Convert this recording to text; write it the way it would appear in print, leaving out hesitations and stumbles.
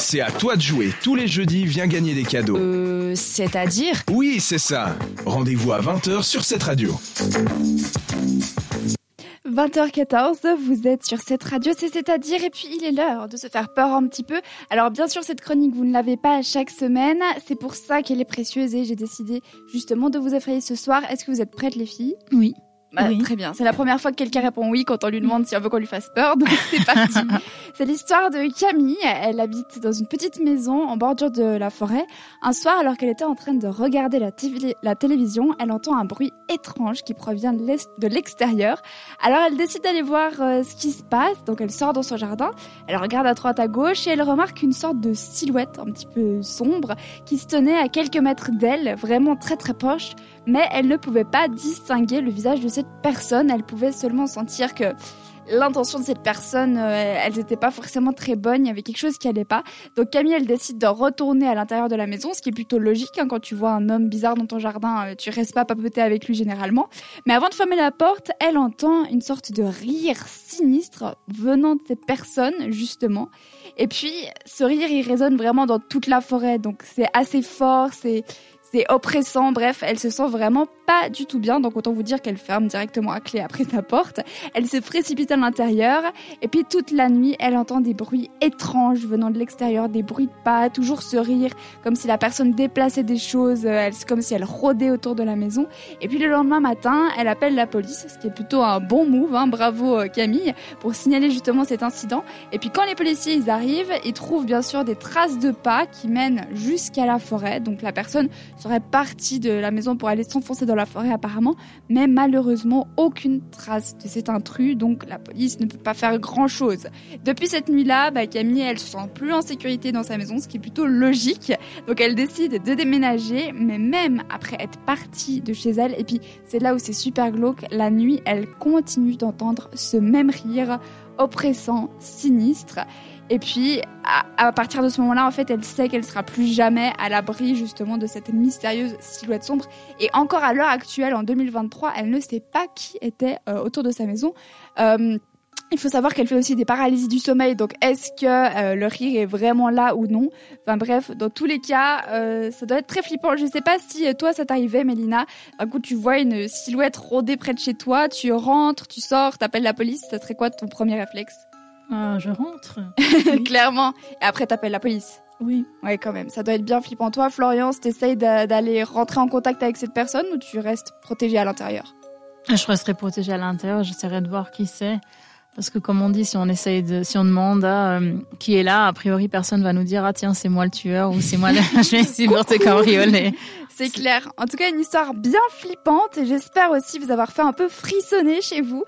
C'est à toi de jouer. Tous les jeudis, viens gagner des cadeaux. C'est-à-dire ? Oui, c'est ça. Rendez-vous à 20h sur cette radio. 20h14, vous êtes sur cette radio, c'est-à-dire, et puis il est l'heure de se faire peur un petit peu. Alors bien sûr, cette chronique, vous ne l'avez pas chaque semaine, c'est pour ça qu'elle est précieuse et j'ai décidé justement de vous effrayer ce soir. Est-ce que vous êtes prêtes les filles ? Oui. Oui. Très bien, c'est la première fois que quelqu'un répond oui quand on lui demande si on veut qu'on lui fasse peur, donc c'est parti. C'est l'histoire de Camille, elle habite dans une petite maison en bordure de la forêt. Un soir, alors qu'elle était en train de regarder la télévision, elle entend un bruit étrange qui provient de l'extérieur. Alors elle décide d'aller voir ce qui se passe, donc elle sort dans son jardin, elle regarde à droite à gauche et elle remarque une sorte de silhouette un petit peu sombre qui se tenait à quelques mètres d'elle, vraiment très très proche, mais elle ne pouvait pas distinguer le visage de cette personne, elle pouvait seulement sentir que l'intention de cette personne, elles n'étaient pas forcément très bonnes, il y avait quelque chose qui allait pas. Donc Camille, elle décide de retourner à l'intérieur de la maison, ce qui est plutôt logique, hein, quand tu vois un homme bizarre dans ton jardin, tu restes pas papoter avec lui généralement. Mais avant de fermer la porte, elle entend une sorte de rire sinistre venant de cette personne, justement. Et puis, ce rire, il résonne vraiment dans toute la forêt, donc c'est assez fort, c'est oppressant, bref, elle se sent vraiment pas du tout bien, donc autant vous dire qu'elle ferme directement à clé après sa porte. Elle se précipite à l'intérieur, et puis toute la nuit, elle entend des bruits étranges venant de l'extérieur, des bruits de pas, toujours ce rire, comme si la personne déplaçait des choses, comme si elle rôdait autour de la maison. Et puis le lendemain matin, elle appelle la police, ce qui est plutôt un bon move, hein, bravo Camille, pour signaler justement cet incident. Et puis quand les policiers ils arrivent, ils trouvent bien sûr des traces de pas qui mènent jusqu'à la forêt, donc la personne serait partie de la maison pour aller s'enfoncer dans la forêt apparemment, mais malheureusement aucune trace de cet intrus, donc la police ne peut pas faire grand chose. Depuis cette nuit-là, Camille elle se sent plus en sécurité dans sa maison, ce qui est plutôt logique, donc elle décide de déménager, mais même après être partie de chez elle, et puis c'est là où c'est super glauque, la nuit elle continue d'entendre ce même rire oppressant, sinistre. Et puis, à partir de ce moment-là, en fait, elle sait qu'elle sera plus jamais à l'abri, justement, de cette mystérieuse silhouette sombre. Et encore à l'heure actuelle, en 2023, elle ne sait pas qui était autour de sa maison. Il faut savoir qu'elle fait aussi des paralysies du sommeil, donc est-ce que le rire est vraiment là ou non ? Enfin bref, dans tous les cas, ça doit être très flippant. Je sais pas si toi ça t'arrivait, Mélina. Un coup tu vois une silhouette rôder près de chez toi, tu rentres, tu sors, t'appelles la police, ça serait quoi ton premier réflexe ? Je rentre. Clairement. Et après t'appelles la police. Oui. Ouais, quand même. Ça doit être bien flippant. Toi, Florence, t'essayes d'aller rentrer en contact avec cette personne ou tu restes protégée à l'intérieur ? Je resterai protégée à l'intérieur, j'essaierai de voir qui c'est. Parce que comme on dit, si on demande qui est là, a priori personne va nous dire ah tiens c'est moi le tueur ou c'est moi je vais ici pour te cambrioler. C'est clair. En tout cas, une histoire bien flippante et j'espère aussi vous avoir fait un peu frissonner chez vous.